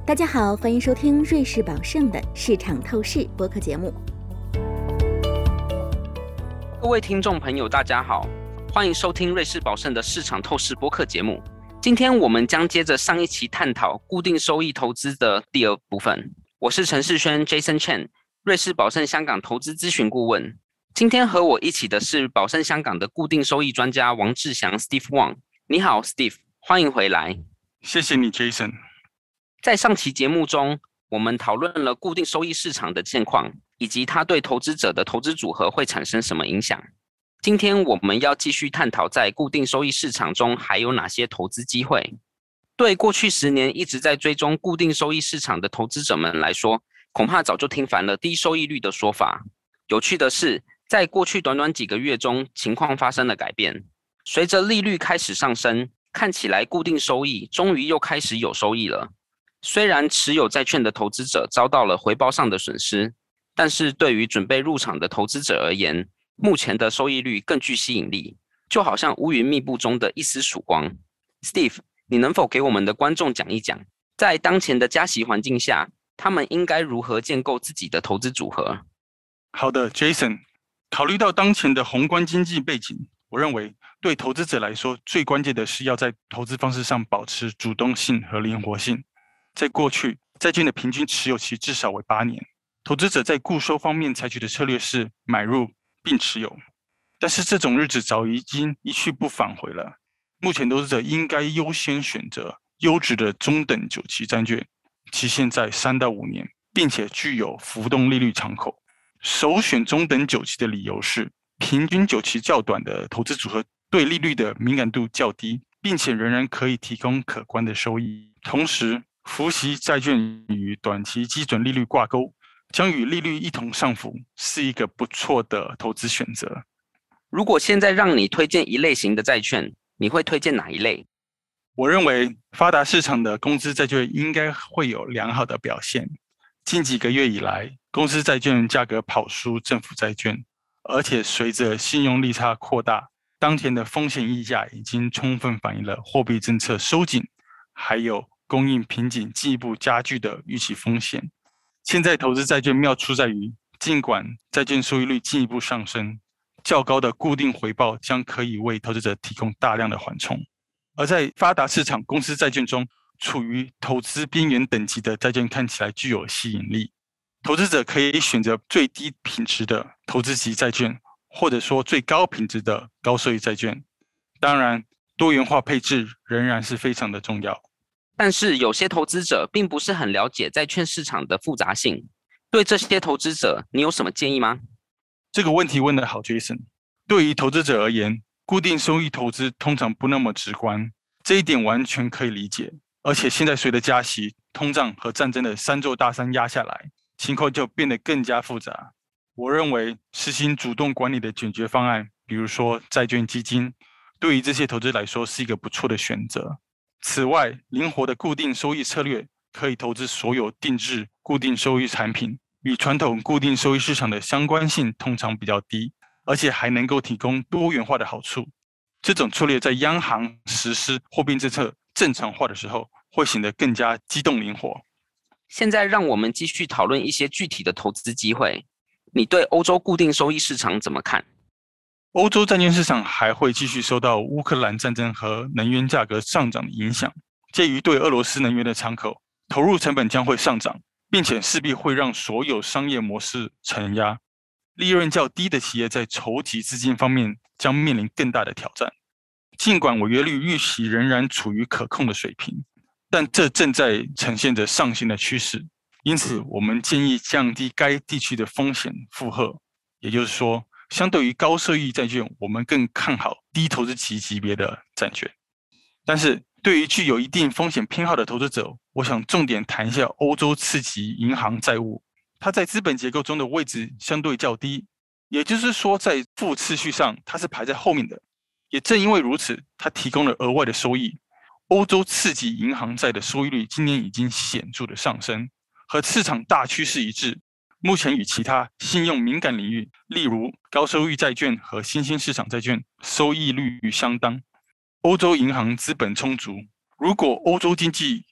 大家好，欢迎收听瑞士宝盛的市场透视播客节目。 各位听众朋友大家好，欢迎收听瑞士宝盛的市场透视播客节目。今天我们将接着上一期探讨固定收益投资的第二部分。我是陈世轩 Jason Chen， 瑞士宝盛香港投资咨询顾问。今天和我一起的是宝盛香港的固定收益专家王志祥 Steve Wang。 你好 Steve， 欢迎回来。 谢谢你 Jason。 在上期节目中，我们讨论了固定收益市场的现况，以及它对投资者的投资组合会产生什么影响。今天我们要继续探讨在固定收益市场中还有哪些投资机会。对过去10年一直在追踪固定收益市场的投资者们来说，恐怕早就听烦了低收益率的说法。有趣的是，在过去短短几个月中，情况发生了改变。随着利率开始上升，看起来固定收益终于又开始有收益了。虽然持有债券的投资者遭到了回报上的损失，但是对于准备入场的投资者而言，目前的收益率更具吸引力，就好像乌云密布中的一丝曙光。 Steve， 你能否给我们的观众讲一讲，在当前的加息环境下，他们应该如何建构自己的投资组合？ 好的 Jason， 考虑到当前的宏观经济背景，我认为对投资者来说，最关键的是要在投资方式上保持主动性和灵活性。在过去，债券的平均持有期至少为8年，投资者在固收方面采取的策略是买入并持有，但是这种日子早已经一去不返回了。目前投资者应该优先选择优质的中等久期债券，期限在3到5年，并且具有浮动利率敞口。首选中等久期的理由是，平均久期较短的投资组合对利率的敏感度较低，并且仍然可以提供可观的收益。同时，浮息债券与短期基准利率挂钩，将与利率一同上浮，是一个不错的投资选择。 如果现在让你推荐一类型的债券，你会推荐哪一类？ 我认为发达市场的公司债券应该会有良好的表现。近几个月以来，公司债券价格跑输政府债券，而且随着信用利差扩大，当前的风险溢价已经充分反映了货币政策收紧，还有供应瓶颈进一步加剧的预期风险。现在投资债券妙处在于，尽管债券收益率进一步上升，较高的固定回报将可以为投资者提供大量的缓冲。而在发达市场公司债券中，处于投资边缘等级的债券看起来具有吸引力。投资者可以选择最低品质的投资级债券，或者说最高品质的高收益债券。当然，多元化配置仍然是非常的重要。 但是有些投资者并不是很了解债券市场的复杂性，对这些投资者你有什么建议吗？ 这个问题问得好 Jason。 对于投资者而言，固定收益投资通常不那么直观，这一点完全可以理解。而且现在随着加息、通胀和战争的3座大山压下来，情况就变得更加复杂。我认为实行主动管理的解决方案，比如说债券基金，对于这些投资来说是一个不错的选择。此外，灵活的固定收益策略可以投资所有定制固定收益产品，与传统固定收益市场的相关性通常比较低，而且还能够提供多元化的好处。这种策略在央行实施货币政策正常化的时候，会显得更加机动灵活。 现在让我们继续讨论一些具体的投资机会。你对欧洲固定收益市场怎么看？ 欧洲债券市场还会继续受到乌克兰战争和能源价格上涨的影响，介于对俄罗斯能源的敞口，投入成本将会上涨，并且势必会让所有商业模式承压。利润较低的企业在筹集资金方面将面临更大的挑战。尽管违约率预期仍然处于可控的水平，但这正在呈现着上行的趋势。因此，我们建议降低该地区的风险负荷，也就是说，相对于高收益债券，我们更看好低投资期级别的债券。但是对于具有一定风险偏好的投资者，我想重点谈一下欧洲次级银行债务。它在资本结构中的位置相对较低，也就是说在负次序上它是排在后面的。也正因为如此，它提供了额外的收益。欧洲次级银行债的收益率今年已经显著的上升，和市场大趋势一致。目前与其他信用敏感领域，例如高收益债券和新兴市场债券收益率相当。欧洲银行资本充足，如果欧洲经济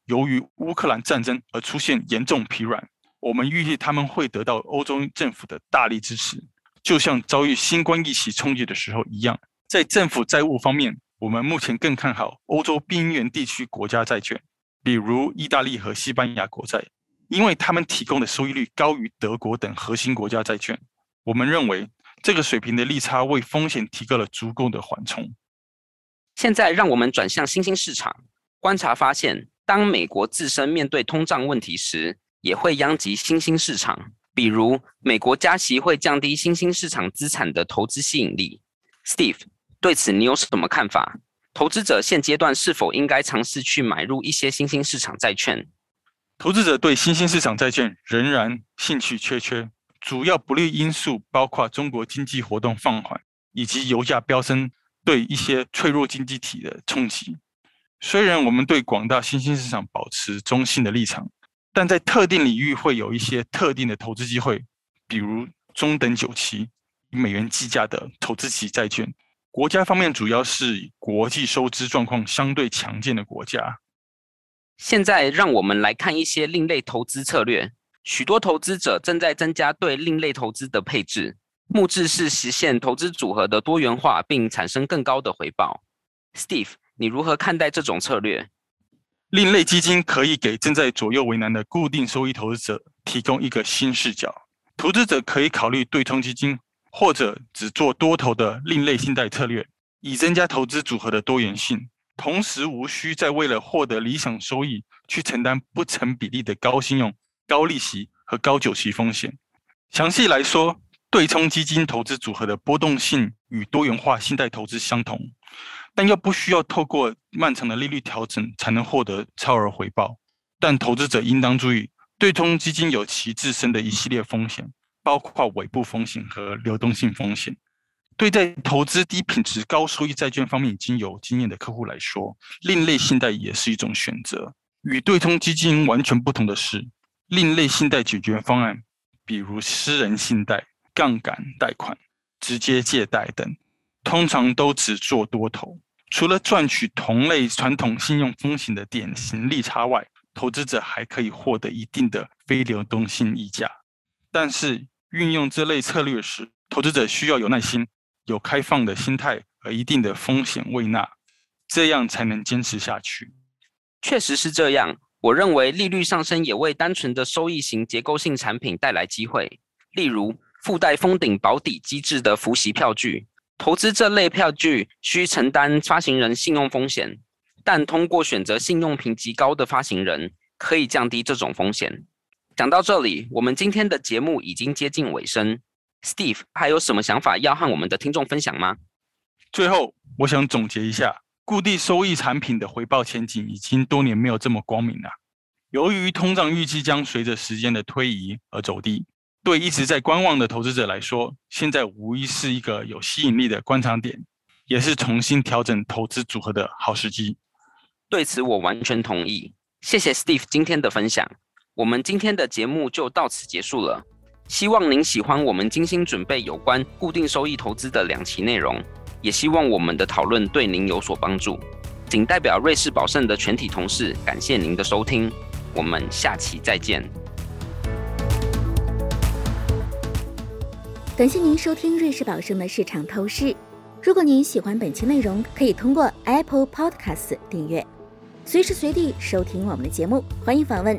由于乌克兰战争而出现严重疲软，我们预计他们会得到欧洲政府的大力支持，就像遭遇新冠疫情冲击的时候一样。在政府债务方面，我们目前更看好欧洲边缘地区国家债券，比如意大利和西班牙国债，因为他们提供的收益率高于德国等核心国家债券。我们认为这个水平的利差为风险提供了足够的缓冲。 现在让我们转向新兴市场，观察发现，当美国自身面对通胀问题时，也会殃及新兴市场，比如美国加息会降低新兴市场资产的投资吸引力。Steve， 对此你有什么看法？投资者现阶段是否应该尝试去买入一些新兴市场债券？ 投资者对新兴市场债券仍然兴趣缺缺，主要不利因素包括中国经济活动放缓，以及油价飙升对一些脆弱经济体的冲击。虽然我们对广大新兴市场保持中性的立场，但在特定领域会有一些特定的投资机会，比如中等久期以美元计价的投资级债券。国家方面主要是以国际收支状况相对强健的国家。 现在让我们来看一些另类投资策略。许多投资者正在增加对另类投资的配置，目的是实现投资组合的多元化并产生更高的回报。Steve， 你如何看待这种策略？ 另类基金可以给正在左右为难的固定收益投资者提供一个新视角。投资者可以考虑对冲基金，或者只做多头的另类信贷策略，以增加投资组合的多元性，同时无需再为了获得理想收益去承担不成比例的高信用、高利息和高久期风险。详细来说，对冲基金投资组合的波动性与多元化信贷投资相同，但又不需要透过漫长的利率调整才能获得超额回报。但投资者应当注意，对冲基金有其自身的一系列风险，包括尾部风险和流动性风险。对在投资低品质高收益债券方面已经有经验的客户来说，另类信贷也是一种选择。与对冲基金完全不同的是，另类信贷解决方案，比如私人信贷、杠杆贷款、直接借贷等，通常都只做多头。除了赚取同类传统信用风险的典型利差外，投资者还可以获得一定的非流动性溢价。但是运用这类策略时，投资者需要有耐心、有开放的心态和一定的风险胃纳，这样才能坚持下去。 确实是这样。我认为利率上升也为单纯的收益型结构性产品带来机会，例如附带封顶保底机制的浮息票据。投资这类票据需承担发行人信用风险，但通过选择信用评级高的发行人，可以降低这种风险。讲到这里，我们今天的节目已经接近尾声。Steve， 还有什么想法要和我们的听众分享吗？ 最后，我想总结一下，固定收益产品的回报前景已经多年没有这么光明了。由于通胀预计将随着时间的推移而走低，对一直在观望的投资者来说，现在无疑是一个有吸引力的观察点，也是重新调整投资组合的好时机。 对此我完全同意。谢谢 Steve 今天的分享。我们今天的节目就到此结束了。希望您喜欢我们精心准备有关固定收益投资的2期内容，也希望我们的讨论对您有所帮助。仅代表瑞士宝盛的全体同事感谢您的收听，我们下期再见。 感谢您收听瑞士宝盛的市场透视。如果您喜欢本期内容，可以通过 Apple Podcast 订阅，随时随地收听我们的节目。欢迎访问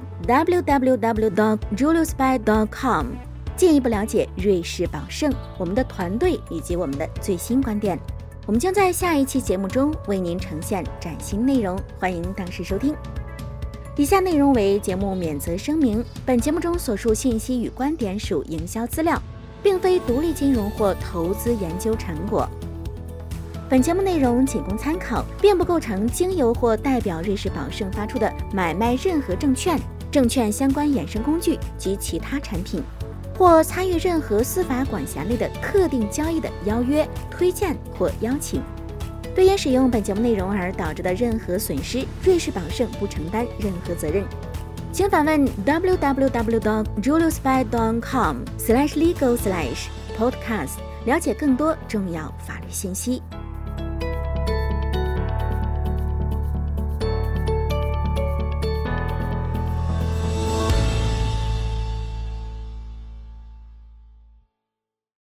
www.juliusby.com， 进一步了解瑞士宝盛、我们的团队以及我们的最新观点。我们将在下一期节目中为您呈现崭新内容，欢迎当时收听。以下内容为节目免责声明，本节目中所述信息与观点属营销资料，并非独立金融或投资研究成果。本节目内容仅供参考，并不构成经由或代表瑞士宝盛发出的买卖任何证券、证券相关衍生工具及其他产品，或参与任何司法管辖类的特定交易的邀约、推荐或邀请。对因使用本节目内容而导致的任何损失，瑞士宝盛不承担任何责任。请访问 www.juliusby.com/legal/podcast 了解更多重要法律信息。